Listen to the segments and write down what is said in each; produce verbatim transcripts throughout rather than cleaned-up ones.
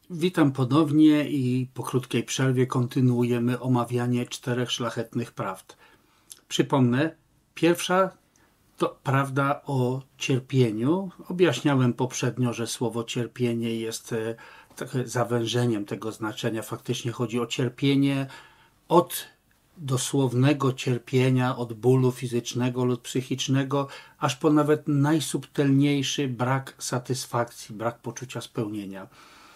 Witam ponownie i po krótkiej przerwie kontynuujemy omawianie czterech szlachetnych prawd. Przypomnę, pierwsza to prawda o cierpieniu. Objaśniałem poprzednio, że słowo cierpienie jest trochę zawężeniem tego znaczenia. Faktycznie chodzi o cierpienie od dosłownego cierpienia, od bólu fizycznego lub psychicznego, aż po nawet najsubtelniejszy brak satysfakcji, brak poczucia spełnienia.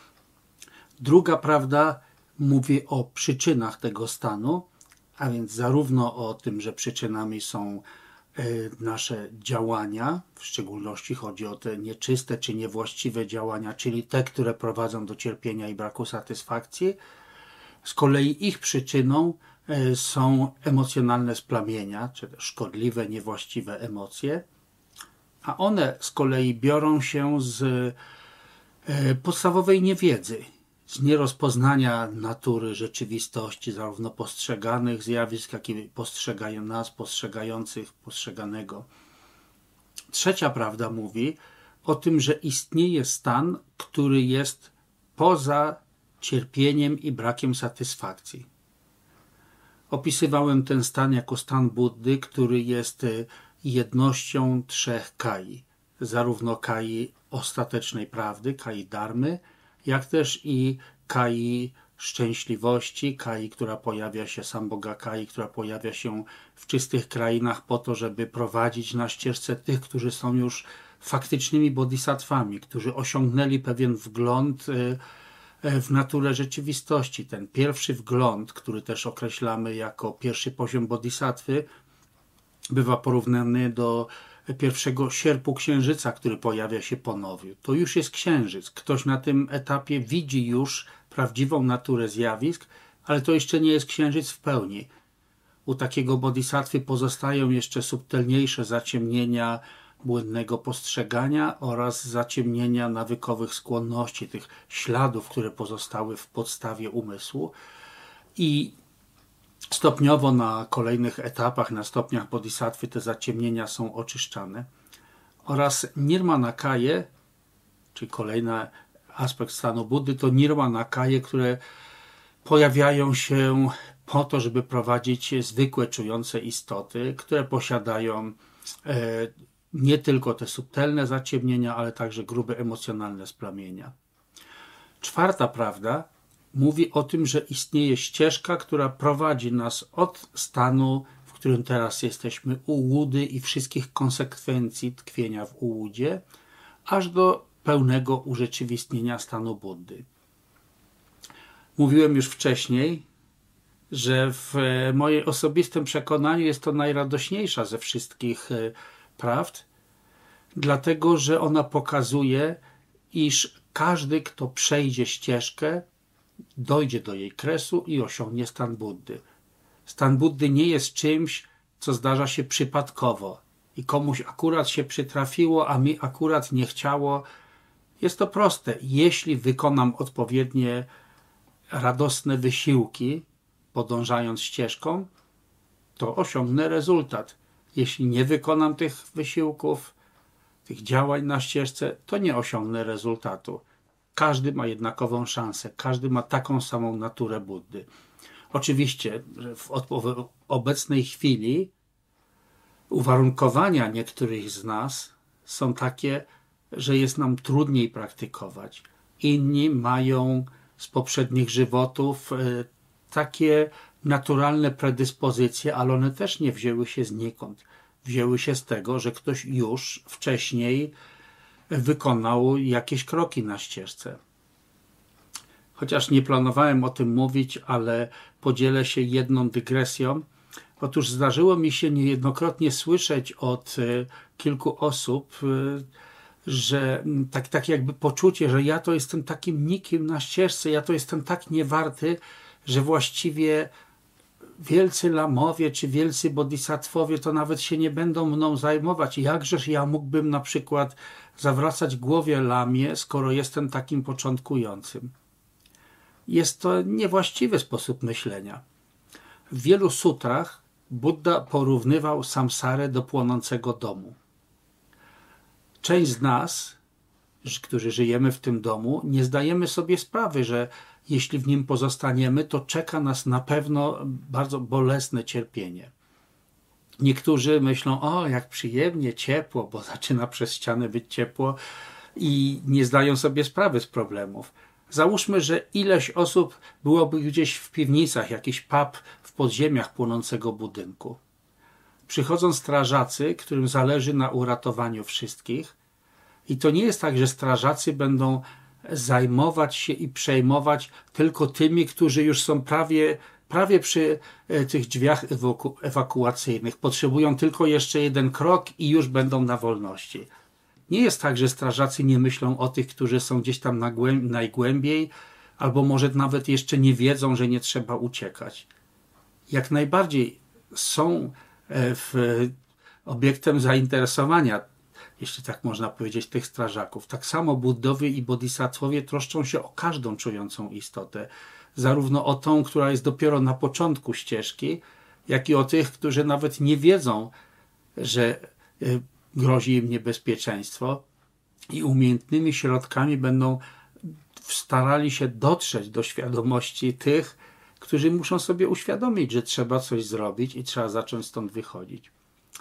Druga prawda mówi o przyczynach tego stanu, a więc zarówno o tym, że przyczynami są nasze działania, w szczególności chodzi o te nieczyste czy niewłaściwe działania, czyli te, które prowadzą do cierpienia i braku satysfakcji. Z kolei ich przyczyną są emocjonalne splamienia, czy też szkodliwe, niewłaściwe emocje, a one z kolei biorą się z podstawowej niewiedzy, z nierozpoznania natury rzeczywistości, zarówno postrzeganych zjawisk, jak i postrzegają nas, postrzegających postrzeganego. Trzecia prawda mówi o tym, że istnieje stan, który jest poza cierpieniem i brakiem satysfakcji. Opisywałem ten stan jako stan Buddy, który jest jednością trzech kai, zarówno kai ostatecznej prawdy, kai dharmy, jak też i kai szczęśliwości, kai, która pojawia się, Samboga kai, która pojawia się w czystych krainach po to, żeby prowadzić na ścieżce tych, którzy są już faktycznymi bodhisatwami, którzy osiągnęli pewien wgląd w naturę rzeczywistości. Ten pierwszy wgląd, który też określamy jako pierwszy poziom bodhisattwy, bywa porównany do pierwszego sierpu księżyca, który pojawia się po nowiu. To już jest księżyc. Ktoś na tym etapie widzi już prawdziwą naturę zjawisk, ale to jeszcze nie jest księżyc w pełni. U takiego bodhisattwy pozostają jeszcze subtelniejsze zaciemnienia błędnego postrzegania oraz zaciemnienia nawykowych skłonności, tych śladów, które pozostały w podstawie umysłu. I stopniowo na kolejnych etapach, na stopniach bodhisattwy te zaciemnienia są oczyszczane. Oraz nirmanakaje, czyli kolejny aspekt stanu Buddy, to nirmanakaje, które pojawiają się po to, żeby prowadzić zwykłe czujące istoty, które posiadają e, nie tylko te subtelne zaciemnienia, ale także grube emocjonalne splamienia. Czwarta prawda mówi o tym, że istnieje ścieżka, która prowadzi nas od stanu, w którym teraz jesteśmy, ułudy i wszystkich konsekwencji tkwienia w ułudzie, aż do pełnego urzeczywistnienia stanu Buddy. Mówiłem już wcześniej, że w moim osobistym przekonaniu jest to najradośniejsza ze wszystkich prawd, dlatego że ona pokazuje, iż każdy, kto przejdzie ścieżkę, dojdzie do jej kresu i osiągnie stan Buddy. Stan Buddy nie jest czymś, co zdarza się przypadkowo i komuś akurat się przytrafiło, a mi akurat nie chciało. Jest to proste. Jeśli wykonam odpowiednie radosne wysiłki, podążając ścieżką, to osiągnę rezultat. Jeśli nie wykonam tych wysiłków, tych działań na ścieżce, to nie osiągnę rezultatu. Każdy ma jednakową szansę, każdy ma taką samą naturę Buddy. Oczywiście w obecnej chwili uwarunkowania niektórych z nas są takie, że jest nam trudniej praktykować. Inni mają z poprzednich żywotów takie naturalne predyspozycje, ale one też nie wzięły się znikąd. Wzięły się z tego, że ktoś już wcześniej wykonał jakieś kroki na ścieżce. Chociaż nie planowałem o tym mówić, ale podzielę się jedną dygresją. Otóż zdarzyło mi się niejednokrotnie słyszeć od kilku osób, że tak, tak jakby poczucie, że ja to jestem takim nikim na ścieżce, ja to jestem tak niewarty, że właściwie wielcy lamowie czy wielcy bodhisattwowie to nawet się nie będą mną zajmować. Jakżeż ja mógłbym na przykład zawracać głowie lamie, skoro jestem takim początkującym? Jest to niewłaściwy sposób myślenia. W wielu sutrach Buddha porównywał samsarę do płonącego domu. Część z nas którzy żyjemy w tym domu, nie zdajemy sobie sprawy, że jeśli w nim pozostaniemy, to czeka nas na pewno bardzo bolesne cierpienie. Niektórzy myślą, o jak przyjemnie, ciepło, bo zaczyna przez ścianę być ciepło i nie zdają sobie sprawy z problemów. Załóżmy, że ileś osób byłoby gdzieś w piwnicach, jakiś pub w podziemiach płonącego budynku. Przychodzą strażacy, którym zależy na uratowaniu wszystkich. I to nie jest tak, że strażacy będą zajmować się i przejmować tylko tymi, którzy już są prawie, prawie przy tych drzwiach ewaku- ewakuacyjnych. Potrzebują tylko jeszcze jeden krok i już będą na wolności. Nie jest tak, że strażacy nie myślą o tych, którzy są gdzieś tam na głęb- najgłębiej, albo może nawet jeszcze nie wiedzą, że nie trzeba uciekać. Jak najbardziej są w obiektem zainteresowania, jeśli tak można powiedzieć, tych strażaków. Tak samo Buddowie i Bodhisattwowie troszczą się o każdą czującą istotę. Zarówno o tą, która jest dopiero na początku ścieżki, jak i o tych, którzy nawet nie wiedzą, że grozi im niebezpieczeństwo i umiejętnymi środkami będą starali się dotrzeć do świadomości tych, którzy muszą sobie uświadomić, że trzeba coś zrobić i trzeba zacząć stąd wychodzić.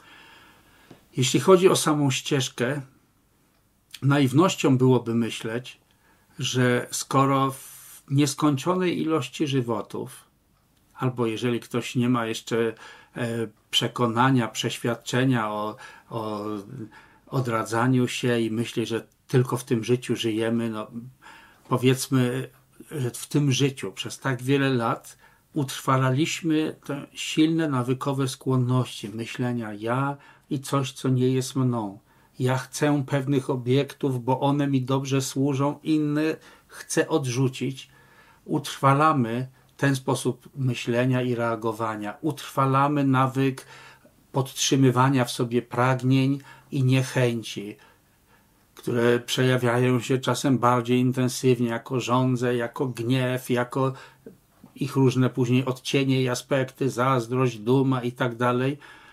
Jeśli chodzi o samą ścieżkę, naiwnością byłoby myśleć, że skoro w nieskończonej ilości żywotów, albo jeżeli ktoś nie ma jeszcze przekonania, przeświadczenia o, o odradzaniu się i myśli, że tylko w tym życiu żyjemy, no powiedzmy, że w tym życiu przez tak wiele lat utrwalaliśmy te silne nawykowe skłonności myślenia ja i coś, co nie jest mną. Ja chcę pewnych obiektów, bo one mi dobrze służą, inne chcę odrzucić. Utrwalamy ten sposób myślenia i reagowania. Utrwalamy nawyk podtrzymywania w sobie pragnień i niechęci, które przejawiają się czasem bardziej intensywnie jako żądze, jako gniew, jako ich różne później odcienie i aspekty, zazdrość, duma i tak dalej.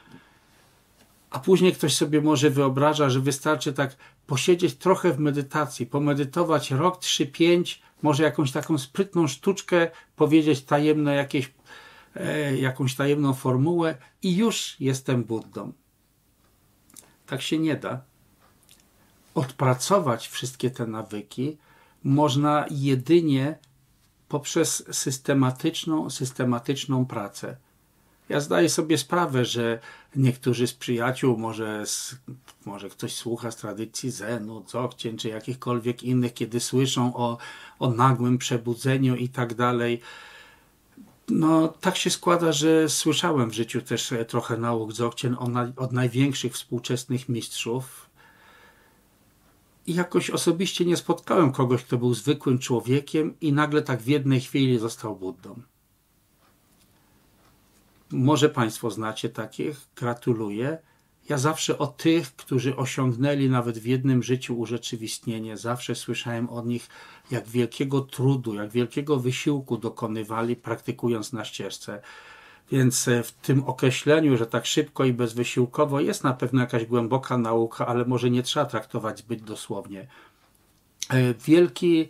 A później ktoś sobie może wyobraża, że wystarczy tak posiedzieć trochę w medytacji, pomedytować rok, trzy, pięć, może jakąś taką sprytną sztuczkę, powiedzieć tajemne jakieś, e, jakąś tajemną formułę i już jestem Buddą. Tak się nie da. Odpracować wszystkie te nawyki można jedynie poprzez systematyczną, systematyczną pracę. Ja zdaję sobie sprawę, że niektórzy z przyjaciół, może, z, może ktoś słucha z tradycji Zenu, Dzogchen czy jakichkolwiek innych, kiedy słyszą o, o nagłym przebudzeniu i tak dalej. No tak się składa, że słyszałem w życiu też trochę nauk Dzogchen od największych współczesnych mistrzów. I jakoś osobiście nie spotkałem kogoś, kto był zwykłym człowiekiem i nagle tak w jednej chwili został Buddą. Może Państwo znacie takich, gratuluję. Ja zawsze o tych, którzy osiągnęli nawet w jednym życiu urzeczywistnienie, zawsze słyszałem od nich, jak wielkiego trudu, jak wielkiego wysiłku dokonywali, praktykując na ścieżce. Więc w tym określeniu, że tak szybko i bezwysiłkowo jest na pewno jakaś głęboka nauka, ale może nie trzeba traktować zbyt dosłownie. Wielki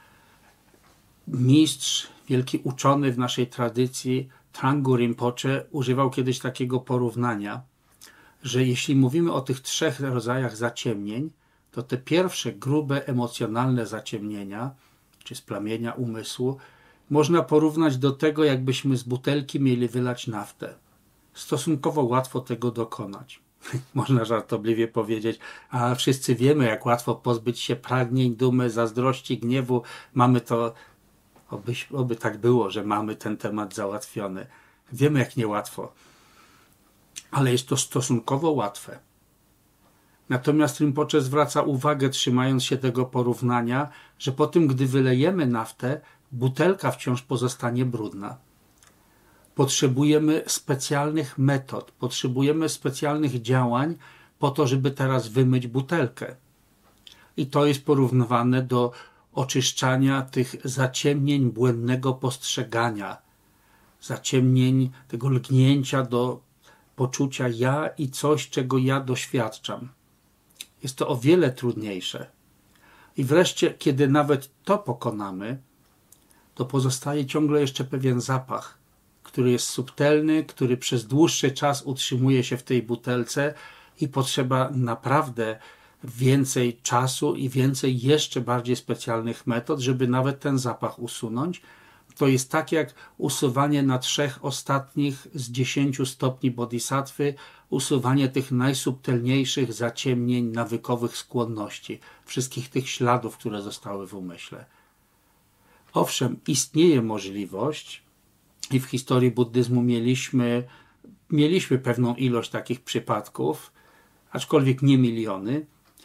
mistrz, wielki uczony w naszej tradycji, Trungpa Rinpoche, używał kiedyś takiego porównania, że jeśli mówimy o tych trzech rodzajach zaciemnień, to te pierwsze grube, emocjonalne zaciemnienia, czy splamienia umysłu, można porównać do tego, jakbyśmy z butelki mieli wylać naftę. Stosunkowo łatwo tego dokonać. Można żartobliwie powiedzieć, a wszyscy wiemy, jak łatwo pozbyć się pragnień, dumy, zazdrości, gniewu. Mamy to, oby, oby tak było, że mamy ten temat załatwiony. Wiemy, jak niełatwo. Ale jest to stosunkowo łatwe. Natomiast Rinpoche zwraca uwagę, trzymając się tego porównania, że po tym, gdy wylejemy naftę, butelka wciąż pozostanie brudna. Potrzebujemy specjalnych metod, potrzebujemy specjalnych działań po to, żeby teraz wymyć butelkę. I to jest porównywane do oczyszczania tych zaciemnień błędnego postrzegania, zaciemnień tego lgnięcia do poczucia ja i coś, czego ja doświadczam. Jest to o wiele trudniejsze. I wreszcie, kiedy nawet to pokonamy, to pozostaje ciągle jeszcze pewien zapach, który jest subtelny, który przez dłuższy czas utrzymuje się w tej butelce i potrzeba naprawdę więcej czasu i więcej jeszcze bardziej specjalnych metod, żeby nawet ten zapach usunąć. To jest tak jak usuwanie na trzech ostatnich z dziesięciu stopni bodhisattwy, usuwanie tych najsubtelniejszych zaciemnień nawykowych skłonności, wszystkich tych śladów, które zostały w umyśle. Owszem, istnieje możliwość i w historii buddyzmu mieliśmy, mieliśmy pewną ilość takich przypadków, aczkolwiek nie miliony.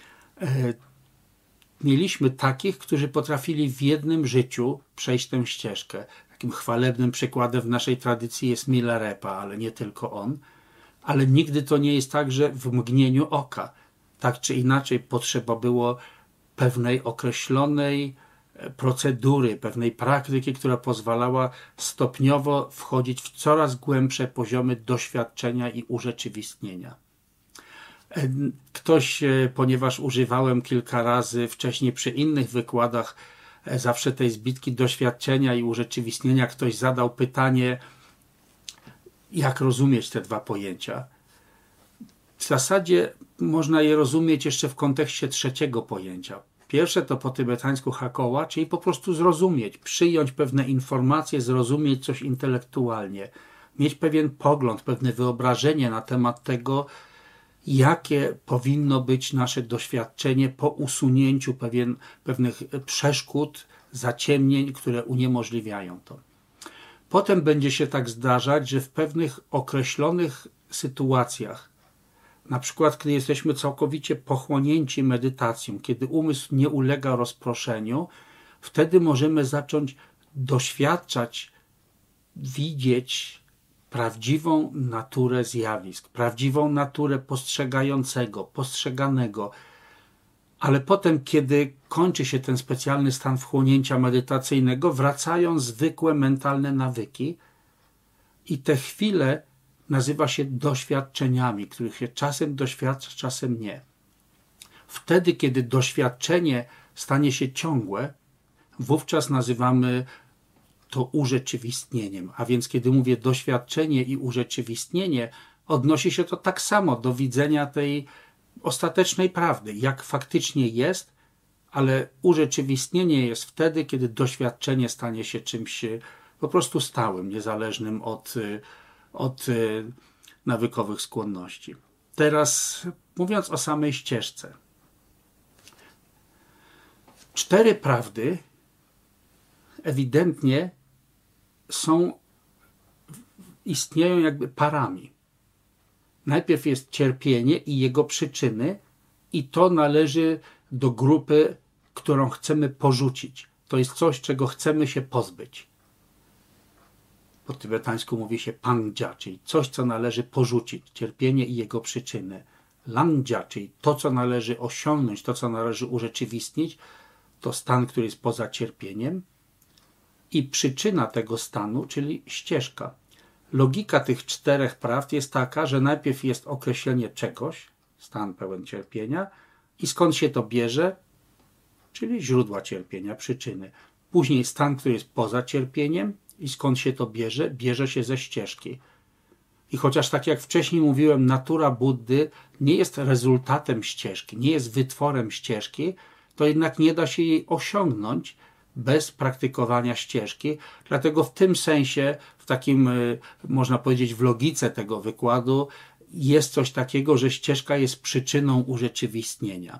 Mieliśmy takich, którzy potrafili w jednym życiu przejść tę ścieżkę. Takim chwalebnym przykładem w naszej tradycji jest Milarepa, ale nie tylko on. Ale nigdy to nie jest tak, że w mgnieniu oka. Tak czy inaczej potrzeba było pewnej określonej procedury, pewnej praktyki, która pozwalała stopniowo wchodzić w coraz głębsze poziomy doświadczenia i urzeczywistnienia. Ktoś, ponieważ używałem kilka razy wcześniej przy innych wykładach zawsze tej zbitki doświadczenia i urzeczywistnienia, ktoś zadał pytanie, jak rozumieć te dwa pojęcia. W zasadzie można je rozumieć jeszcze w kontekście trzeciego pojęcia. Pierwsze to po tybetańsku hakoła, czyli po prostu zrozumieć, przyjąć pewne informacje, zrozumieć coś intelektualnie, mieć pewien pogląd, pewne wyobrażenie na temat tego, jakie powinno być nasze doświadczenie po usunięciu pewien, pewnych przeszkód, zaciemnień, które uniemożliwiają to. Potem będzie się tak zdarzać, że w pewnych określonych sytuacjach, na przykład gdy jesteśmy całkowicie pochłonięci medytacją, kiedy umysł nie ulega rozproszeniu, wtedy możemy zacząć doświadczać, widzieć prawdziwą naturę zjawisk, prawdziwą naturę postrzegającego, postrzeganego. Ale potem, kiedy kończy się ten specjalny stan wchłonięcia medytacyjnego, wracają zwykłe mentalne nawyki i te chwile nazywa się doświadczeniami, których się czasem doświadcza, czasem nie. Wtedy, kiedy doświadczenie stanie się ciągłe, wówczas nazywamy to urzeczywistnieniem. A więc kiedy mówię doświadczenie i urzeczywistnienie, odnosi się to tak samo do widzenia tej ostatecznej prawdy, jak faktycznie jest, ale urzeczywistnienie jest wtedy, kiedy doświadczenie stanie się czymś po prostu stałym, niezależnym od, od nawykowych skłonności. Teraz mówiąc o samej ścieżce. Cztery prawdy ewidentnie są, istnieją jakby parami. Najpierw jest cierpienie i jego przyczyny i to należy do grupy, którą chcemy porzucić. To jest coś, czego chcemy się pozbyć. Po tybetańsku mówi się pangja, czyli coś, co należy porzucić. Cierpienie i jego przyczyny. Langja, czyli to, co należy osiągnąć, to, co należy urzeczywistnić, to stan, który jest poza cierpieniem. I przyczyna tego stanu, czyli ścieżka. Logika tych czterech prawd jest taka, że najpierw jest określenie czegoś, stan pełen cierpienia, i skąd się to bierze, czyli źródła cierpienia, przyczyny. Później stan, który jest poza cierpieniem i skąd się to bierze, bierze się ze ścieżki. I chociaż tak jak wcześniej mówiłem, natura Buddy nie jest rezultatem ścieżki, nie jest wytworem ścieżki, to jednak nie da się jej osiągnąć bez praktykowania ścieżki. Dlatego w tym sensie, w takim, można powiedzieć, w logice tego wykładu jest coś takiego, że ścieżka jest przyczyną urzeczywistnienia.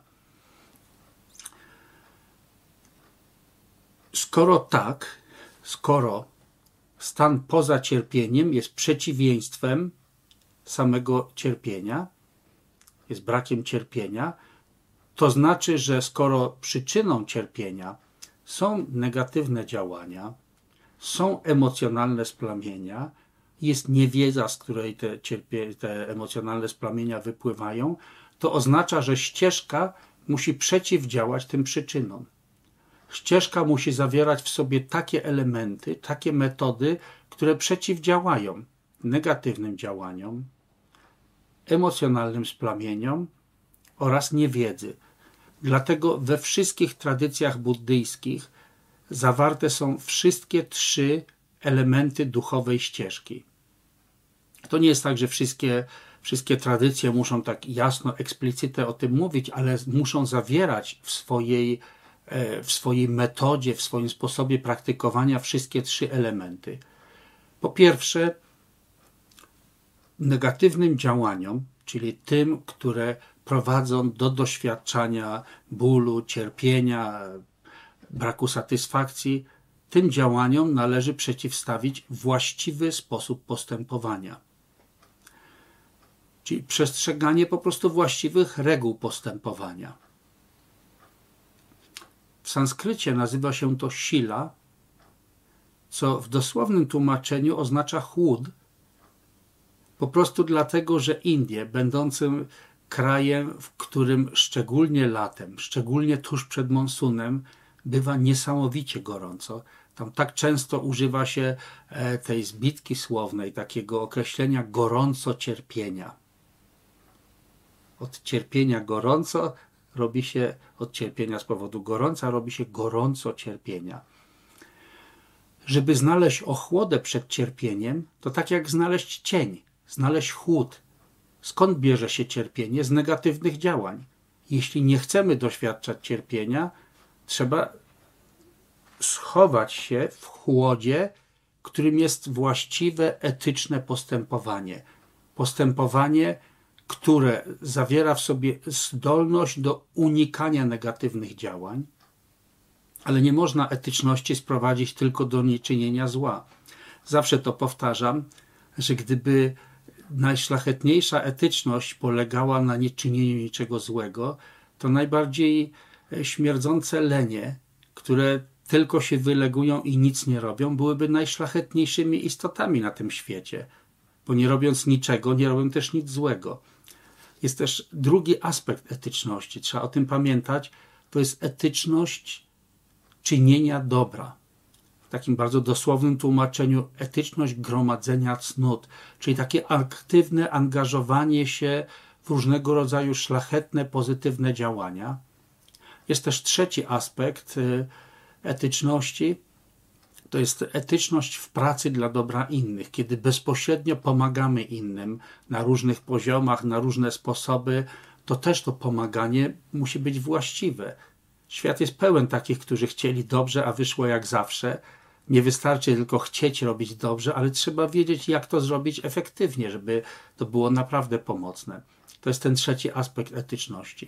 Skoro tak, skoro stan poza cierpieniem jest przeciwieństwem samego cierpienia, jest brakiem cierpienia, to znaczy, że skoro przyczyną cierpienia są negatywne działania, są emocjonalne splamienia, jest niewiedza, z której te, cierpie, te emocjonalne splamienia wypływają, to oznacza, że ścieżka musi przeciwdziałać tym przyczynom. Ścieżka musi zawierać w sobie takie elementy, takie metody, które przeciwdziałają negatywnym działaniom, emocjonalnym splamieniom oraz niewiedzy. Dlatego we wszystkich tradycjach buddyjskich zawarte są wszystkie trzy elementy duchowej ścieżki. To nie jest tak, że wszystkie, wszystkie tradycje muszą tak jasno, eksplicitnie o tym mówić, ale muszą zawierać w swojej, w swojej metodzie, w swoim sposobie praktykowania wszystkie trzy elementy. Po pierwsze, negatywnym działaniom, czyli tym, które prowadzą do doświadczania bólu, cierpienia, braku satysfakcji, tym działaniom należy przeciwstawić właściwy sposób postępowania. Czyli przestrzeganie po prostu właściwych reguł postępowania. W sanskrycie nazywa się to sila, co w dosłownym tłumaczeniu oznacza chłód, po prostu dlatego, że Indie, będącym krajem, w którym szczególnie latem, szczególnie tuż przed monsunem, bywa niesamowicie gorąco. Tam tak często używa się tej zbitki słownej, takiego określenia gorąco cierpienia. Od cierpienia gorąco robi się, od cierpienia z powodu gorąca robi się gorąco cierpienia. Żeby znaleźć ochłodę przed cierpieniem, to tak jak znaleźć cień, znaleźć chłód. Skąd bierze się cierpienie? Z negatywnych działań. Jeśli nie chcemy doświadczać cierpienia, trzeba schować się w chłodzie, którym jest właściwe, etyczne postępowanie. Postępowanie, które zawiera w sobie zdolność do unikania negatywnych działań, ale nie można etyczności sprowadzić tylko do nieczynienia zła. Zawsze to powtarzam, że gdyby najszlachetniejsza etyczność polegała na nieczynieniu niczego złego, to najbardziej śmierdzące lenie, które tylko się wylegują i nic nie robią, byłyby najszlachetniejszymi istotami na tym świecie, bo nie robiąc niczego, nie robią też nic złego. Jest też drugi aspekt etyczności, trzeba o tym pamiętać, to jest etyczność czynienia dobra. W takim bardzo dosłownym tłumaczeniu etyczność gromadzenia cnót, czyli takie aktywne angażowanie się w różnego rodzaju szlachetne, pozytywne działania. Jest też trzeci aspekt etyczności, to jest etyczność w pracy dla dobra innych, kiedy bezpośrednio pomagamy innym na różnych poziomach, na różne sposoby, to też to pomaganie musi być właściwe. Świat jest pełen takich, którzy chcieli dobrze, a wyszło jak zawsze. Nie wystarczy tylko chcieć robić dobrze, ale trzeba wiedzieć, jak to zrobić efektywnie, żeby to było naprawdę pomocne. To jest ten trzeci aspekt etyczności.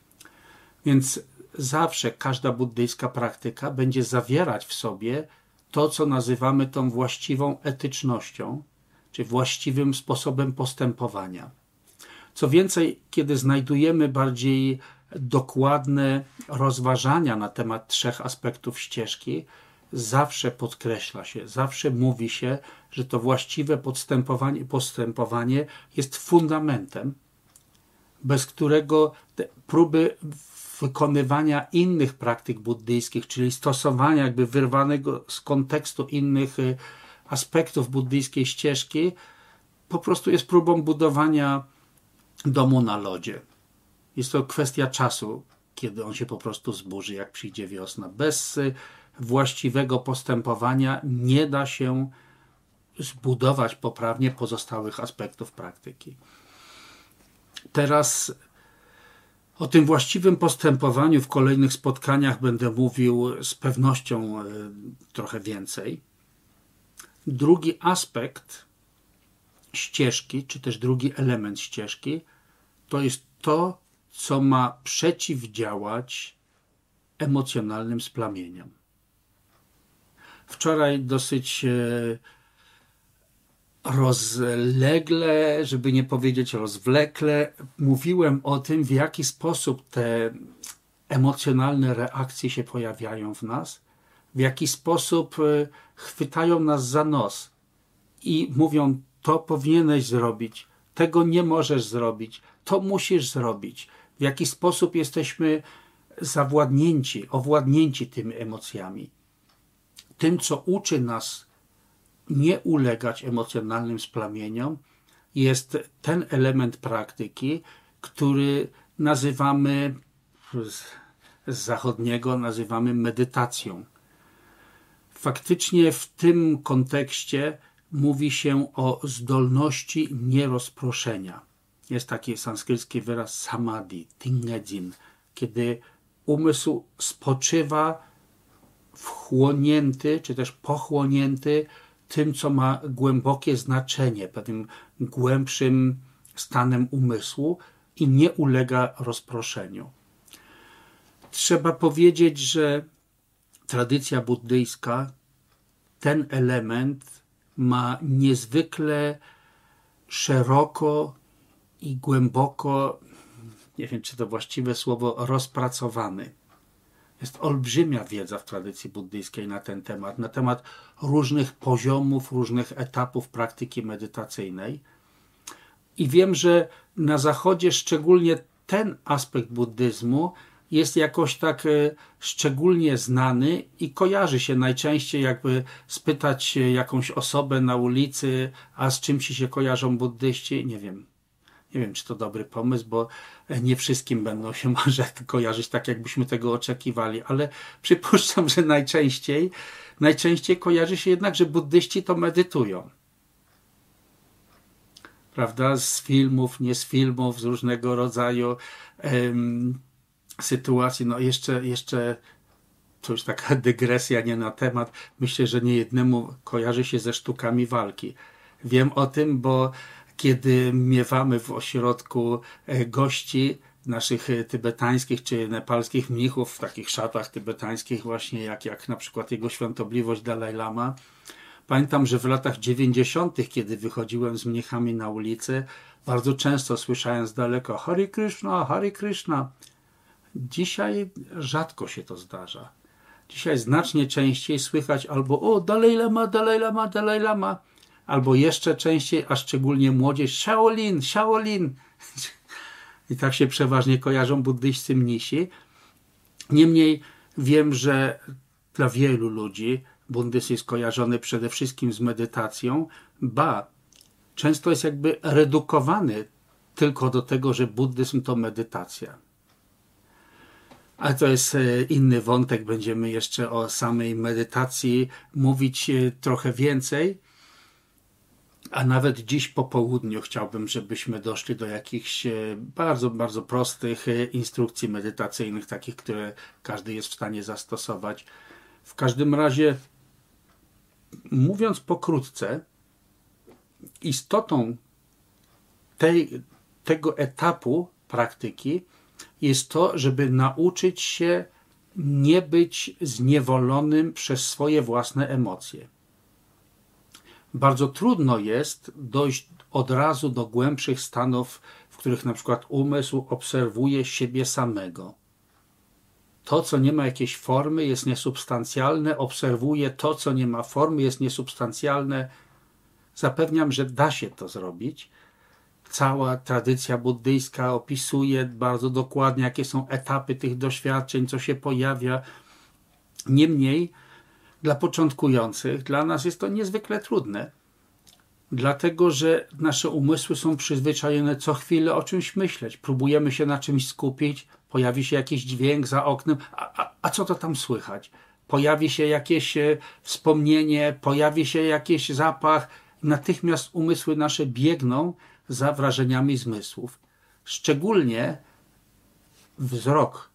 Więc zawsze każda buddyjska praktyka będzie zawierać w sobie to, co nazywamy tą właściwą etycznością, czy właściwym sposobem postępowania. Co więcej, kiedy znajdujemy bardziej dokładne rozważania na temat trzech aspektów ścieżki, zawsze podkreśla się, zawsze mówi się, że to właściwe postępowanie, postępowanie jest fundamentem, bez którego te próby wykonywania innych praktyk buddyjskich, czyli stosowania jakby wyrwanego z kontekstu innych aspektów buddyjskiej ścieżki, po prostu jest próbą budowania domu na lodzie. Jest to kwestia czasu, kiedy on się po prostu zburzy, jak przyjdzie wiosna. Bez właściwego postępowania nie da się zbudować poprawnie pozostałych aspektów praktyki. Teraz o tym właściwym postępowaniu w kolejnych spotkaniach będę mówił z pewnością trochę więcej. Drugi aspekt ścieżki, czy też drugi element ścieżki, to jest to, co ma przeciwdziałać emocjonalnym splamieniom. Wczoraj dosyć rozlegle, żeby nie powiedzieć rozwlekle, mówiłem o tym, w jaki sposób te emocjonalne reakcje się pojawiają w nas, w jaki sposób chwytają nas za nos i mówią, to powinieneś zrobić, tego nie możesz zrobić, to musisz zrobić. W jaki sposób jesteśmy zawładnięci, owładnięci tymi emocjami. Tym, co uczy nas nie ulegać emocjonalnym splamieniom, jest ten element praktyki, który nazywamy z zachodniego nazywamy medytacją. Faktycznie w tym kontekście mówi się o zdolności nierozproszenia. Jest taki sanskrycki wyraz samadhi, tingedzin, kiedy umysł spoczywa wchłonięty, czy też pochłonięty tym, co ma głębokie znaczenie, pewnym głębszym stanem umysłu i nie ulega rozproszeniu. Trzeba powiedzieć, że tradycja buddyjska ten element ma niezwykle szeroko i głęboko, nie wiem czy to właściwe słowo, rozpracowany. Jest olbrzymia wiedza w tradycji buddyjskiej na ten temat, na temat różnych poziomów, różnych etapów praktyki medytacyjnej. I wiem, że na Zachodzie szczególnie ten aspekt buddyzmu jest jakoś tak szczególnie znany i kojarzy się najczęściej, jakby spytać jakąś osobę na ulicy, a z czym ci się kojarzą buddyści? Nie wiem. Nie wiem, czy to dobry pomysł, bo nie wszystkim będą się może kojarzyć tak, jakbyśmy tego oczekiwali, ale przypuszczam, że najczęściej, najczęściej kojarzy się jednak, że buddyści to medytują. Prawda? Z filmów, nie z filmów, z różnego rodzaju em, sytuacji. No jeszcze, jeszcze to już taka dygresja nie na temat. Myślę, że niejednemu kojarzy się ze sztukami walki. Wiem o tym, bo kiedy miewamy w ośrodku gości naszych tybetańskich czy nepalskich mnichów w takich szatach tybetańskich właśnie jak, jak na przykład jego świątobliwość Dalaj Lama. Pamiętam, że w latach dziewięćdziesiątych, kiedy wychodziłem z mnichami na ulicę, bardzo często słyszałem z daleka Hare Krishna, Hare Krishna. Dzisiaj rzadko się to zdarza. Dzisiaj znacznie częściej słychać albo o Dalaj Lama, Dalaj Lama, Dalaj Lama, albo jeszcze częściej, a szczególnie młodzież, Shaolin, Shaolin. I tak się przeważnie kojarzą buddyjscy mnisi. Niemniej wiem, że dla wielu ludzi buddyzm jest kojarzony przede wszystkim z medytacją, ba, często jest jakby redukowany tylko do tego, że buddyzm to medytacja. Ale to jest inny wątek, będziemy jeszcze o samej medytacji mówić trochę więcej. A nawet dziś po południu chciałbym, żebyśmy doszli do jakichś bardzo, bardzo prostych instrukcji medytacyjnych, takich, które każdy jest w stanie zastosować. W każdym razie, mówiąc pokrótce, istotą tej, tego etapu praktyki jest to, żeby nauczyć się nie być zniewolonym przez swoje własne emocje. Bardzo trudno jest dojść od razu do głębszych stanów, w których na przykład umysł obserwuje siebie samego. To, co nie ma jakiejś formy, jest niesubstancjalne, obserwuje to, co nie ma formy, jest niesubstancjalne. Zapewniam, że da się to zrobić. Cała tradycja buddyjska opisuje bardzo dokładnie, jakie są etapy tych doświadczeń, co się pojawia. Niemniej, dla początkujących, dla nas jest to niezwykle trudne, dlatego że nasze umysły są przyzwyczajone co chwilę o czymś myśleć. Próbujemy się na czymś skupić, pojawi się jakiś dźwięk za oknem, a, a, a co to tam słychać? Pojawi się jakieś e, wspomnienie, pojawi się jakiś zapach, natychmiast umysły nasze biegną za wrażeniami zmysłów. Szczególnie wzrok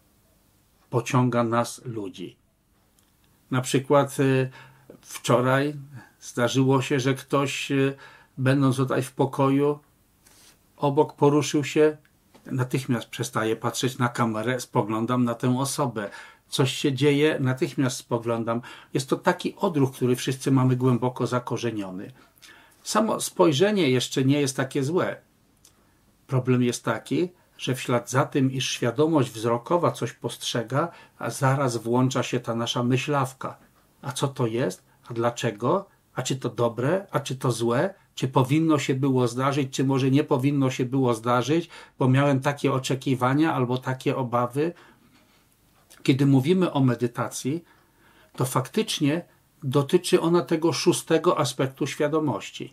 pociąga nas ludzi. Na przykład wczoraj zdarzyło się, że ktoś, będąc tutaj w pokoju, obok poruszył się, natychmiast przestaje patrzeć na kamerę, spoglądam na tę osobę. Coś się dzieje, natychmiast spoglądam. Jest to taki odruch, który wszyscy mamy głęboko zakorzeniony. Samo spojrzenie jeszcze nie jest takie złe. Problem jest taki, że w ślad za tym, iż świadomość wzrokowa coś postrzega, a zaraz włącza się ta nasza myślawka. A co to jest? A dlaczego? A czy to dobre? A czy to złe? Czy powinno się było zdarzyć? Czy może nie powinno się było zdarzyć? Bo miałem takie oczekiwania albo takie obawy. Kiedy mówimy o medytacji, to faktycznie dotyczy ona tego szóstego aspektu świadomości.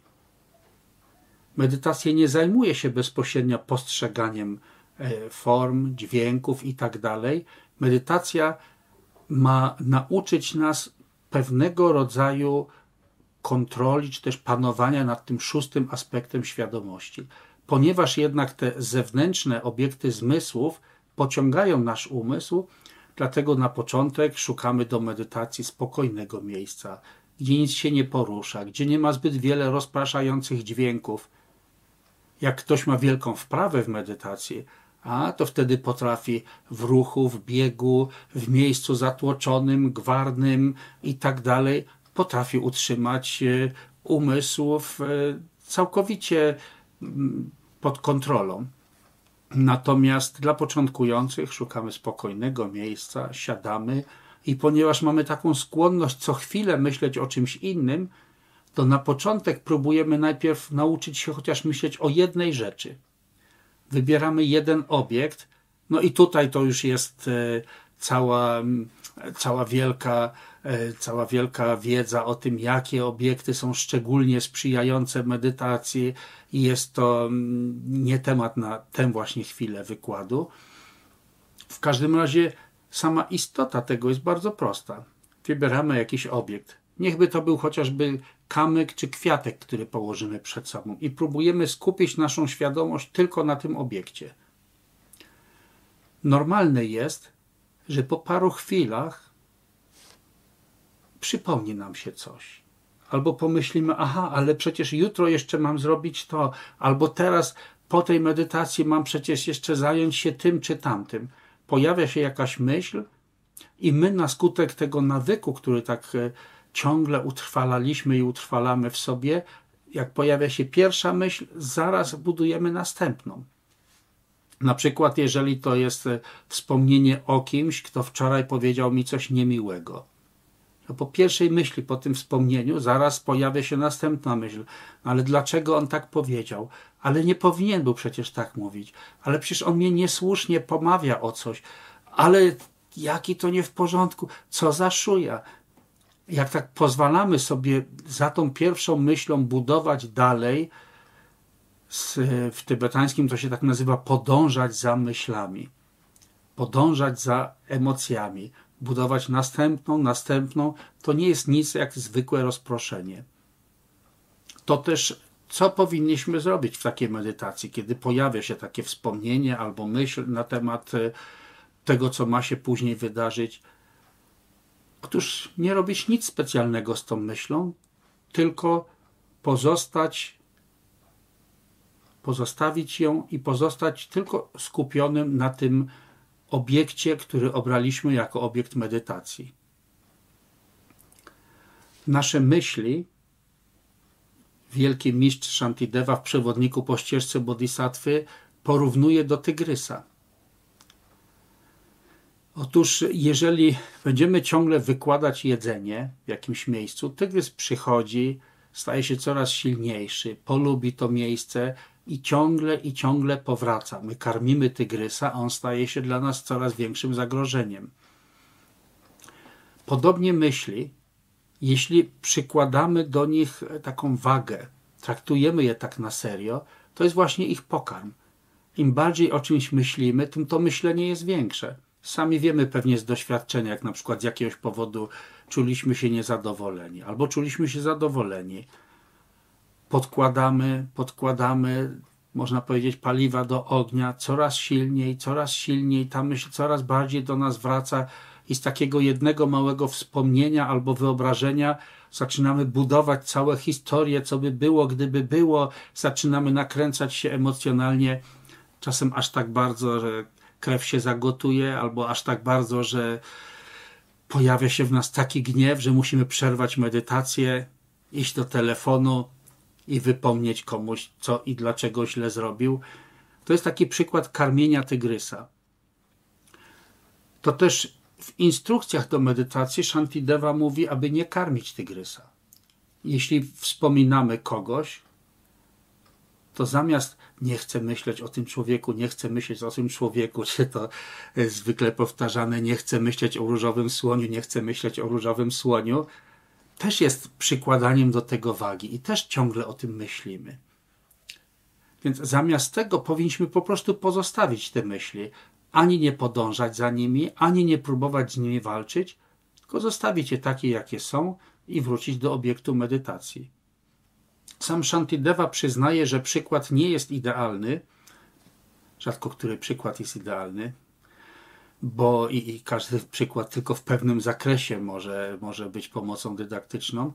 Medytacja nie zajmuje się bezpośrednio postrzeganiem form, dźwięków i tak dalej. Medytacja ma nauczyć nas pewnego rodzaju kontroli, czy też panowania nad tym szóstym aspektem świadomości. Ponieważ jednak te zewnętrzne obiekty zmysłów pociągają nasz umysł, dlatego na początek szukamy do medytacji spokojnego miejsca, gdzie nic się nie porusza, gdzie nie ma zbyt wiele rozpraszających dźwięków. Jak ktoś ma wielką wprawę w medytacji, a to wtedy potrafi w ruchu, w biegu, w miejscu zatłoczonym, gwarnym i tak dalej, potrafi utrzymać umysł całkowicie pod kontrolą. Natomiast dla początkujących szukamy spokojnego miejsca, siadamy i ponieważ mamy taką skłonność co chwilę myśleć o czymś innym, to na początek próbujemy najpierw nauczyć się chociaż myśleć o jednej rzeczy. Wybieramy jeden obiekt, no i tutaj to już jest cała, cała wielka, cała wielka wiedza o tym, jakie obiekty są szczególnie sprzyjające medytacji i jest to nie temat na tę właśnie chwilę wykładu. W każdym razie sama istota tego jest bardzo prosta. Wybieramy jakiś obiekt. Niechby to był chociażby kamyk czy kwiatek, który położymy przed sobą i próbujemy skupić naszą świadomość tylko na tym obiekcie. Normalne jest, że po paru chwilach przypomni nam się coś. Albo pomyślimy, aha, ale przecież jutro jeszcze mam zrobić to, albo teraz po tej medytacji mam przecież jeszcze zająć się tym czy tamtym. Pojawia się jakaś myśl i my na skutek tego nawyku, który tak ciągle utrwalaliśmy i utrwalamy w sobie, jak pojawia się pierwsza myśl, zaraz budujemy następną. Na przykład, jeżeli to jest wspomnienie o kimś, kto wczoraj powiedział mi coś niemiłego. No po pierwszej myśli, po tym wspomnieniu, zaraz pojawia się następna myśl. Ale dlaczego on tak powiedział? Ale nie powinien był przecież tak mówić. Ale przecież on mnie niesłusznie pomawia o coś. Ale jaki to nie w porządku? Co za szuja? Jak tak pozwalamy sobie za tą pierwszą myślą budować dalej, w tybetańskim to się tak nazywa podążać za myślami, podążać za emocjami, budować następną, następną, to nie jest nic jak zwykłe rozproszenie. To też, co powinniśmy zrobić w takiej medytacji, kiedy pojawia się takie wspomnienie albo myśl na temat tego, co ma się później wydarzyć. Otóż nie robić nic specjalnego z tą myślą, tylko pozostać pozostawić ją i pozostać tylko skupionym na tym obiekcie, który obraliśmy jako obiekt medytacji. Nasze myśli wielki mistrz Shantideva w przewodniku po ścieżce Bodhisattwy porównuje do tygrysa. Otóż jeżeli będziemy ciągle wykładać jedzenie w jakimś miejscu, tygrys przychodzi, staje się coraz silniejszy, polubi to miejsce i ciągle i ciągle powraca. My karmimy tygrysa, a on staje się dla nas coraz większym zagrożeniem. Podobnie myśli, jeśli przykładamy do nich taką wagę, traktujemy je tak na serio, to jest właśnie ich pokarm. Im bardziej o czymś myślimy, tym to myślenie jest większe. Sami wiemy pewnie z doświadczenia, jak na przykład z jakiegoś powodu czuliśmy się niezadowoleni albo czuliśmy się zadowoleni. Podkładamy, podkładamy, można powiedzieć, paliwa do ognia, coraz silniej, coraz silniej, ta myśl coraz bardziej do nas wraca i z takiego jednego małego wspomnienia albo wyobrażenia zaczynamy budować całe historie, co by było, gdyby było, zaczynamy nakręcać się emocjonalnie, czasem aż tak bardzo, że krew się zagotuje, albo aż tak bardzo, że pojawia się w nas taki gniew, że musimy przerwać medytację, iść do telefonu i wypomnieć komuś, co i dlaczego źle zrobił. To jest taki przykład karmienia tygrysa. To też w instrukcjach do medytacji Shantideva mówi, aby nie karmić tygrysa. Jeśli wspominamy kogoś, to zamiast nie chcę myśleć o tym człowieku, nie chcę myśleć o tym człowieku, czy to zwykle powtarzane, nie chcę myśleć o różowym słoniu, nie chcę myśleć o różowym słoniu, też jest przykładaniem do tego wagi i też ciągle o tym myślimy. Więc zamiast tego powinniśmy po prostu pozostawić te myśli, ani nie podążać za nimi, ani nie próbować z nimi walczyć, tylko zostawić je takie, jakie są i wrócić do obiektu medytacji. Sam Shantideva przyznaje, że przykład nie jest idealny, rzadko który przykład jest idealny, bo i, i każdy przykład tylko w pewnym zakresie może, może być pomocą dydaktyczną,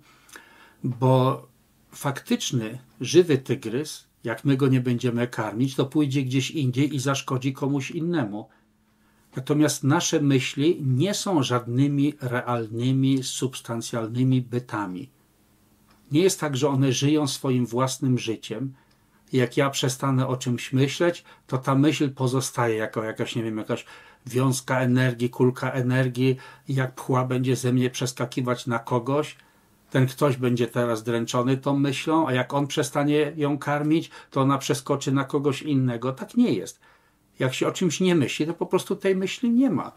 bo faktyczny, żywy tygrys, jak my go nie będziemy karmić, to pójdzie gdzieś indziej i zaszkodzi komuś innemu. Natomiast nasze myśli nie są żadnymi realnymi, substancjalnymi bytami. Nie jest tak, że one żyją swoim własnym życiem. Jak ja przestanę o czymś myśleć, to ta myśl pozostaje jako jakaś, nie wiem, jakaś wiązka energii, kulka energii i jak pchła będzie ze mnie przeskakiwać na kogoś, ten ktoś będzie teraz dręczony tą myślą, a jak on przestanie ją karmić, to ona przeskoczy na kogoś innego. Tak nie jest. Jak się o czymś nie myśli, to po prostu tej myśli nie ma.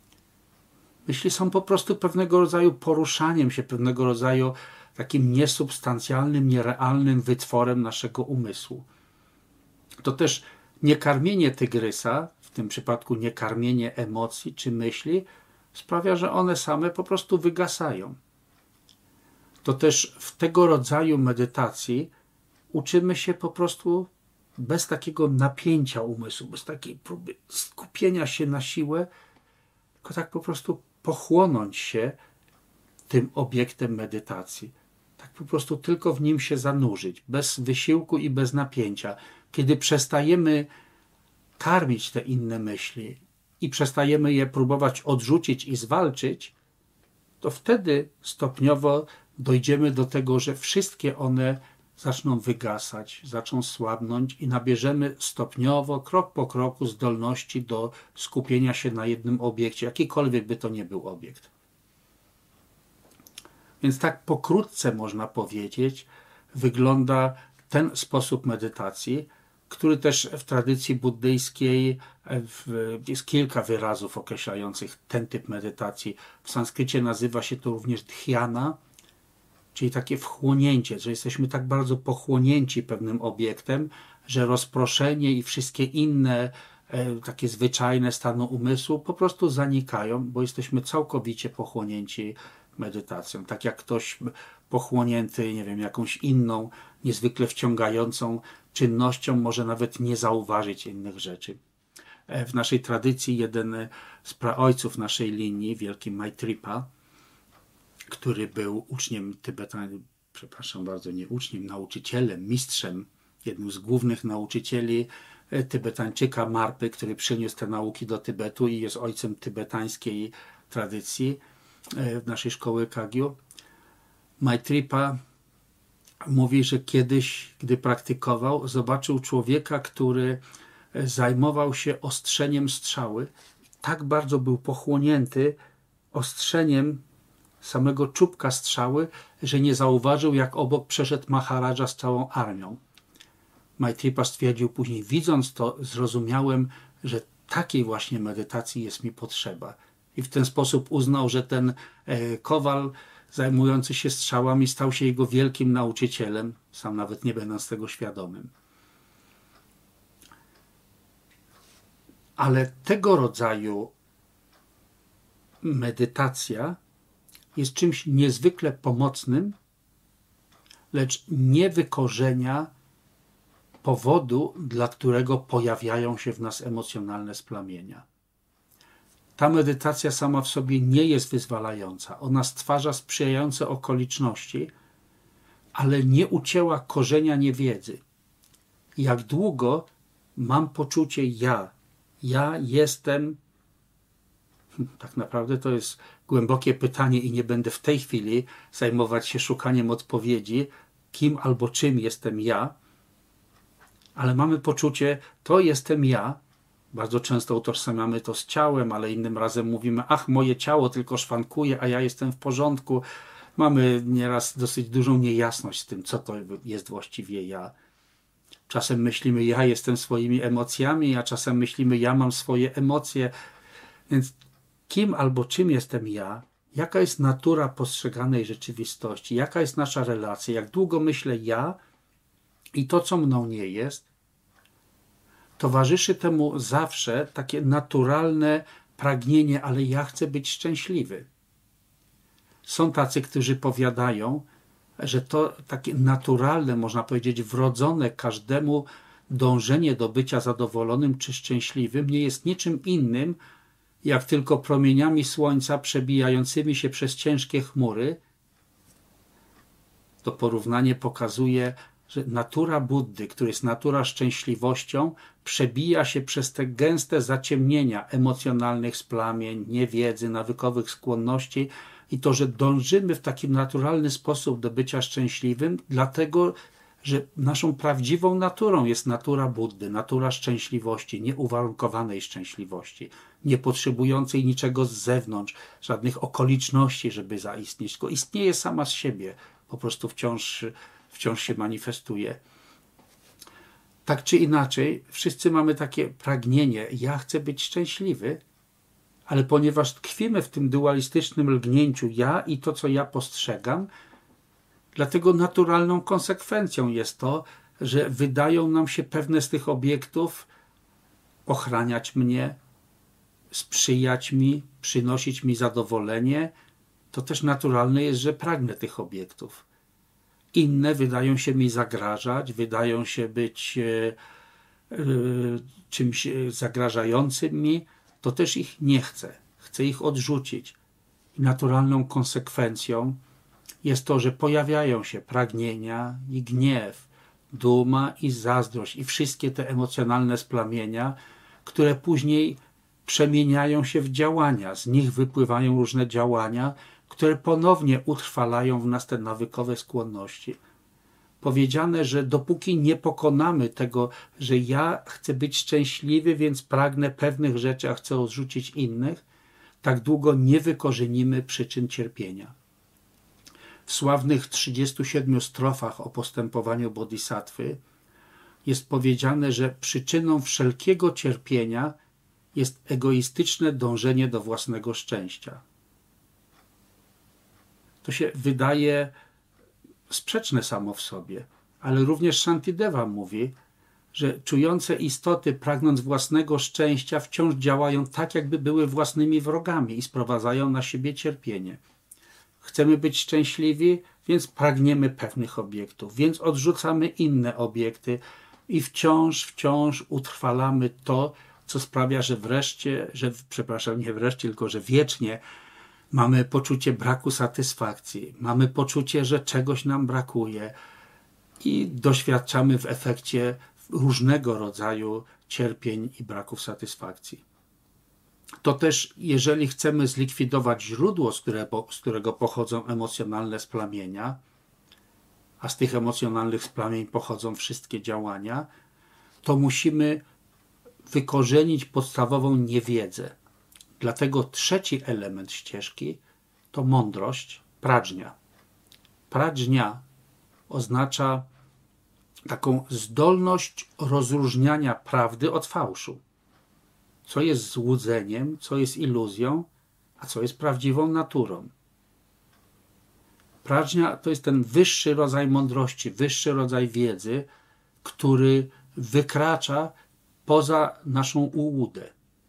Myśli są po prostu pewnego rodzaju poruszaniem się, pewnego rodzaju takim niesubstancjalnym, nierealnym wytworem naszego umysłu. To też niekarmienie tygrysa, w tym przypadku niekarmienie emocji czy myśli, sprawia, że one same po prostu wygasają. To też w tego rodzaju medytacji uczymy się po prostu bez takiego napięcia umysłu, bez takiej próby skupienia się na siłę, tylko tak po prostu pochłonąć się tym obiektem medytacji. Tak po prostu tylko w nim się zanurzyć, bez wysiłku i bez napięcia. Kiedy przestajemy karmić te inne myśli i przestajemy je próbować odrzucić i zwalczyć, to wtedy stopniowo dojdziemy do tego, że wszystkie one zaczną wygasać, zaczną słabnąć i nabierzemy stopniowo, krok po kroku zdolności do skupienia się na jednym obiekcie, jakikolwiek by to nie był obiekt. Więc tak pokrótce można powiedzieć, wygląda ten sposób medytacji, który też w tradycji buddyjskiej jest kilka wyrazów określających ten typ medytacji. W sanskrycie nazywa się to również dhyana, czyli takie wchłonięcie, że jesteśmy tak bardzo pochłonięci pewnym obiektem, że rozproszenie i wszystkie inne e, takie zwyczajne stany umysłu po prostu zanikają, bo jesteśmy całkowicie pochłonięci medytacją. Tak jak ktoś pochłonięty, nie wiem, jakąś inną, niezwykle wciągającą czynnością może nawet nie zauważyć innych rzeczy. W naszej tradycji jeden z praojców naszej linii, wielki Maitripa, który był uczniem Tybetańczyka, przepraszam bardzo, nie uczniem, nauczycielem, mistrzem, jednym z głównych nauczycieli Tybetańczyka Marpy, który przyniósł te nauki do Tybetu i jest ojcem tybetańskiej tradycji w naszej szkoły Kagyu. Maitripa mówi, że kiedyś, gdy praktykował, zobaczył człowieka, który zajmował się ostrzeniem strzały. Tak bardzo był pochłonięty ostrzeniem samego czubka strzały, że nie zauważył, jak obok przeszedł Maharadża z całą armią. Maitripa stwierdził później, widząc to, zrozumiałem, że takiej właśnie medytacji jest mi potrzeba. I w ten sposób uznał, że ten e, kowal zajmujący się strzałami stał się jego wielkim nauczycielem, sam nawet nie będąc tego świadomym. Ale tego rodzaju medytacja jest czymś niezwykle pomocnym, lecz nie wykorzenia powodu, dla którego pojawiają się w nas emocjonalne splamienia. Ta medytacja sama w sobie nie jest wyzwalająca. Ona stwarza sprzyjające okoliczności, ale nie ucięła korzenia niewiedzy. Jak długo mam poczucie ja, ja jestem, tak naprawdę to jest głębokie pytanie i nie będę w tej chwili zajmować się szukaniem odpowiedzi, kim albo czym jestem ja, ale mamy poczucie, to jestem ja. Bardzo często utożsamiamy to z ciałem, ale innym razem mówimy, ach, moje ciało tylko szwankuje, a ja jestem w porządku. Mamy nieraz dosyć dużą niejasność z tym, co to jest właściwie ja. Czasem myślimy, ja jestem swoimi emocjami, a czasem myślimy, ja mam swoje emocje. Więc kim albo czym jestem ja? Jaka jest natura postrzeganej rzeczywistości? Jaka jest nasza relacja? Jak długo myślę ja i to, co mną nie jest, towarzyszy temu zawsze takie naturalne pragnienie, ale ja chcę być szczęśliwy. Są tacy, którzy powiadają, że to takie naturalne, można powiedzieć, wrodzone każdemu dążenie do bycia zadowolonym czy szczęśliwym nie jest niczym innym, jak tylko promieniami słońca przebijającymi się przez ciężkie chmury. To porównanie pokazuje, że natura Buddy, który jest natura szczęśliwością, przebija się przez te gęste zaciemnienia emocjonalnych splamień, niewiedzy, nawykowych skłonności i to, że dążymy w taki naturalny sposób do bycia szczęśliwym, dlatego, że naszą prawdziwą naturą jest natura Buddy, natura szczęśliwości, nieuwarunkowanej szczęśliwości, nie potrzebującej niczego z zewnątrz, żadnych okoliczności, żeby zaistnieć, tylko istnieje sama z siebie, po prostu wciąż, wciąż się manifestuje. Tak czy inaczej, wszyscy mamy takie pragnienie, ja chcę być szczęśliwy, ale ponieważ tkwimy w tym dualistycznym lgnięciu ja i to, co ja postrzegam, dlatego naturalną konsekwencją jest to, że wydają nam się pewne z tych obiektów ochraniać mnie, sprzyjać mi, przynosić mi zadowolenie. To też naturalne jest, że pragnę tych obiektów. Inne wydają się mi zagrażać, wydają się być e, e, czymś zagrażającym mi, to też ich nie chcę. Chcę ich odrzucić. I naturalną konsekwencją jest to, że pojawiają się pragnienia i gniew, duma i zazdrość i wszystkie te emocjonalne splamienia, które później przemieniają się w działania. Z nich wypływają różne działania, które ponownie utrwalają w nas te nawykowe skłonności. Powiedziane, że dopóki nie pokonamy tego, że ja chcę być szczęśliwy, więc pragnę pewnych rzeczy, a chcę odrzucić innych, tak długo nie wykorzenimy przyczyn cierpienia. W sławnych trzydziestu siedmiu strofach o postępowaniu bodhisattwy jest powiedziane, że przyczyną wszelkiego cierpienia jest egoistyczne dążenie do własnego szczęścia. To się wydaje sprzeczne samo w sobie, ale również Shantideva mówi, że czujące istoty, pragnąc własnego szczęścia, wciąż działają tak, jakby były własnymi wrogami i sprowadzają na siebie cierpienie. Chcemy być szczęśliwi, więc pragniemy pewnych obiektów, więc odrzucamy inne obiekty i wciąż, wciąż utrwalamy to, co sprawia, że wreszcie, że, przepraszam, nie wreszcie, tylko że wiecznie mamy poczucie braku satysfakcji, mamy poczucie, że czegoś nam brakuje i doświadczamy w efekcie różnego rodzaju cierpień i braków satysfakcji. To też, jeżeli chcemy zlikwidować źródło, z którego, z którego pochodzą emocjonalne splamienia, a z tych emocjonalnych splamień pochodzą wszystkie działania, to musimy wykorzenić podstawową niewiedzę. Dlatego trzeci element ścieżki to mądrość, pradżnia. Pradżnia oznacza taką zdolność rozróżniania prawdy od fałszu. Co jest złudzeniem, co jest iluzją, a co jest prawdziwą naturą. Pradżnia to jest ten wyższy rodzaj mądrości, wyższy rodzaj wiedzy, który wykracza poza naszą ułudę.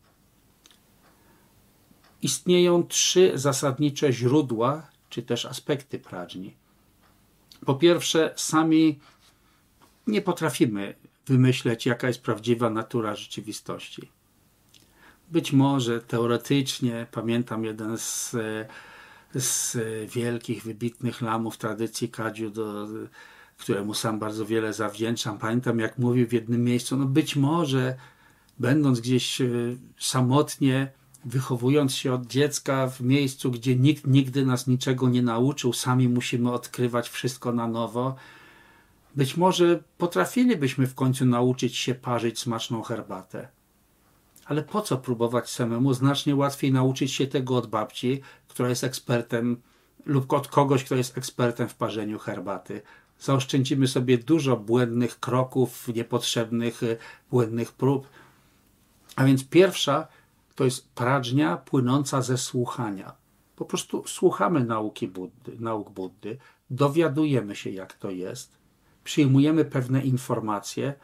Istnieją trzy zasadnicze źródła, czy też aspekty pradżni. Po pierwsze, sami nie potrafimy wymyśleć, jaka jest prawdziwa natura rzeczywistości. Być może teoretycznie, pamiętam jeden z, z wielkich, wybitnych lamów tradycji Kadziu, do, któremu sam bardzo wiele zawdzięczam. Pamiętam, jak mówił w jednym miejscu, no być może będąc gdzieś samotnie, wychowując się od dziecka w miejscu, gdzie nikt nigdy nas niczego nie nauczył, sami musimy odkrywać wszystko na nowo. Być może potrafilibyśmy w końcu nauczyć się parzyć smaczną herbatę. Ale po co próbować samemu? Znacznie łatwiej nauczyć się tego od babci, która jest ekspertem, lub od kogoś, kto jest ekspertem w parzeniu herbaty. Zaoszczędzimy sobie dużo błędnych kroków, niepotrzebnych, błędnych prób. A więc pierwsza to jest pradżnia płynąca ze słuchania. Po prostu słuchamy nauki Buddy, nauk Buddy, dowiadujemy się, jak to jest, przyjmujemy pewne informacje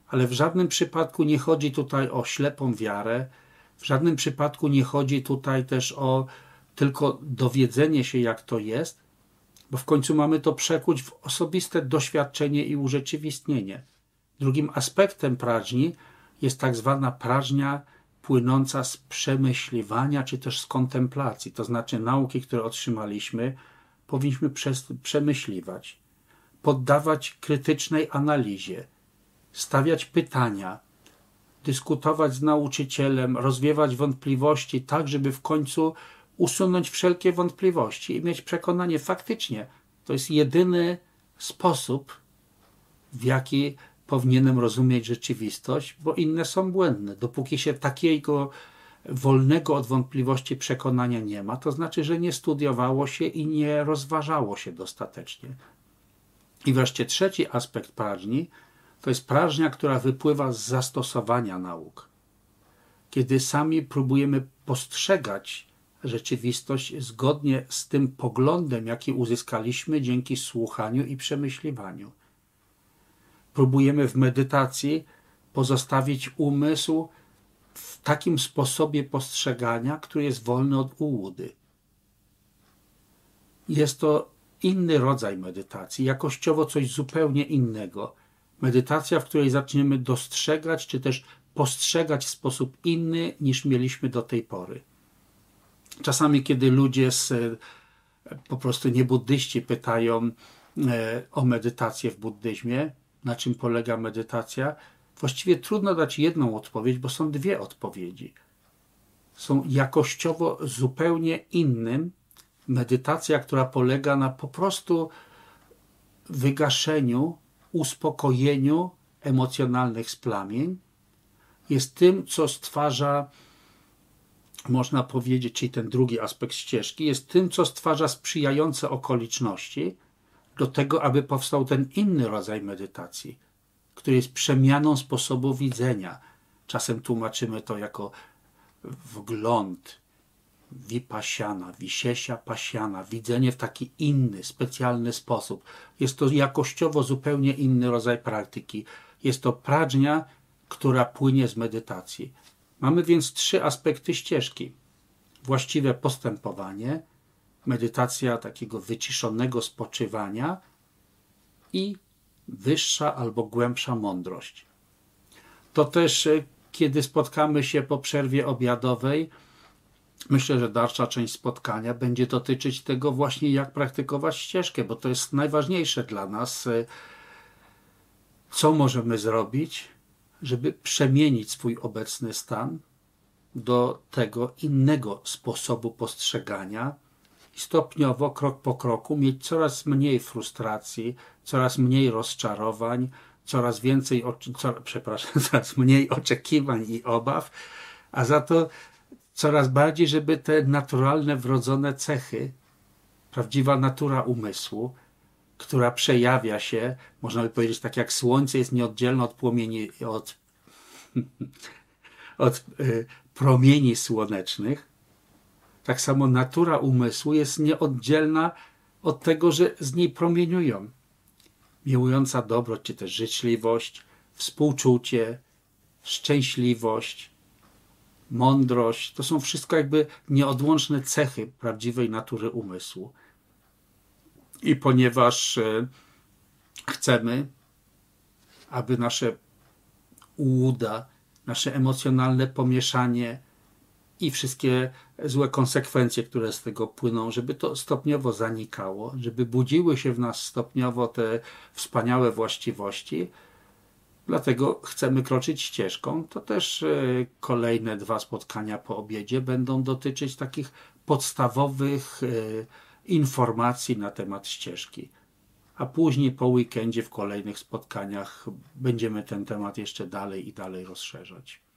Ale w żadnym przypadku nie chodzi tutaj o ślepą wiarę, w żadnym przypadku nie chodzi tutaj też o tylko dowiedzenie się, jak to jest, bo w końcu mamy to przekuć w osobiste doświadczenie i urzeczywistnienie. Drugim aspektem prażni jest tak zwana prażnia płynąca z przemyśliwania czy też z kontemplacji, to znaczy nauki, które otrzymaliśmy, powinniśmy przemyśliwać, poddawać krytycznej analizie, stawiać pytania, dyskutować z nauczycielem, rozwiewać wątpliwości, tak żeby w końcu usunąć wszelkie wątpliwości i mieć przekonanie, faktycznie to jest jedyny sposób, w jaki powinienem rozumieć rzeczywistość, bo inne są błędne. Dopóki się takiego wolnego od wątpliwości przekonania nie ma, to znaczy, że nie studiowało się i nie rozważało się dostatecznie. I wreszcie trzeci aspekt prażni to jest prażnia, która wypływa z zastosowania nauk. Kiedy sami próbujemy postrzegać rzeczywistość zgodnie z tym poglądem, jaki uzyskaliśmy dzięki słuchaniu i przemyśliwaniu. Próbujemy w medytacji pozostawić umysł w takim sposobie postrzegania, który jest wolny od ułudy. Jest to inny rodzaj medytacji, jakościowo coś zupełnie innego. Medytacja, w której zaczniemy dostrzegać, czy też postrzegać w sposób inny, niż mieliśmy do tej pory. Czasami, kiedy ludzie z, po prostu niebuddyści pytają o medytację w buddyzmie, na czym polega medytacja, właściwie trudno dać jedną odpowiedź, bo są dwie odpowiedzi. Są jakościowo zupełnie innym. Medytacja, która polega na po prostu wygaszeniu, uspokojeniu emocjonalnych splamień, jest tym, co stwarza, można powiedzieć, czyli ten drugi aspekt ścieżki, jest tym, co stwarza sprzyjające okoliczności do tego, aby powstał ten inny rodzaj medytacji, który jest przemianą sposobu widzenia. Czasem tłumaczymy to jako wgląd, vipassana, visesha passiana, widzenie w taki inny, specjalny sposób. Jest to jakościowo zupełnie inny rodzaj praktyki. Jest to prażnia, która płynie z medytacji. Mamy więc trzy aspekty ścieżki. Właściwe postępowanie, medytacja takiego wyciszonego spoczywania i wyższa albo głębsza mądrość. To też, kiedy spotkamy się po przerwie obiadowej, myślę, że dalsza część spotkania będzie dotyczyć tego właśnie, jak praktykować ścieżkę, bo to jest najważniejsze dla nas. Co możemy zrobić, żeby przemienić swój obecny stan do tego innego sposobu postrzegania i stopniowo, krok po kroku, mieć coraz mniej frustracji, coraz mniej rozczarowań, coraz więcej, co, przepraszam, coraz mniej oczekiwań i obaw, a za to coraz bardziej, żeby te naturalne, wrodzone cechy, prawdziwa natura umysłu, która przejawia się, można by powiedzieć, tak jak słońce jest nieoddzielne od płomieni, od, od y, promieni słonecznych, tak samo natura umysłu jest nieoddzielna od tego, że z niej promieniują. Miłująca dobroć, czy też życzliwość, współczucie, szczęśliwość, mądrość, to są wszystko jakby nieodłączne cechy prawdziwej natury umysłu. I ponieważ chcemy, aby nasze ułuda, nasze emocjonalne pomieszanie i wszystkie złe konsekwencje, które z tego płyną, żeby to stopniowo zanikało, żeby budziły się w nas stopniowo te wspaniałe właściwości, dlatego chcemy kroczyć ścieżką. To też kolejne dwa spotkania po obiedzie będą dotyczyć takich podstawowych informacji na temat ścieżki. A później po weekendzie w kolejnych spotkaniach będziemy ten temat jeszcze dalej i dalej rozszerzać.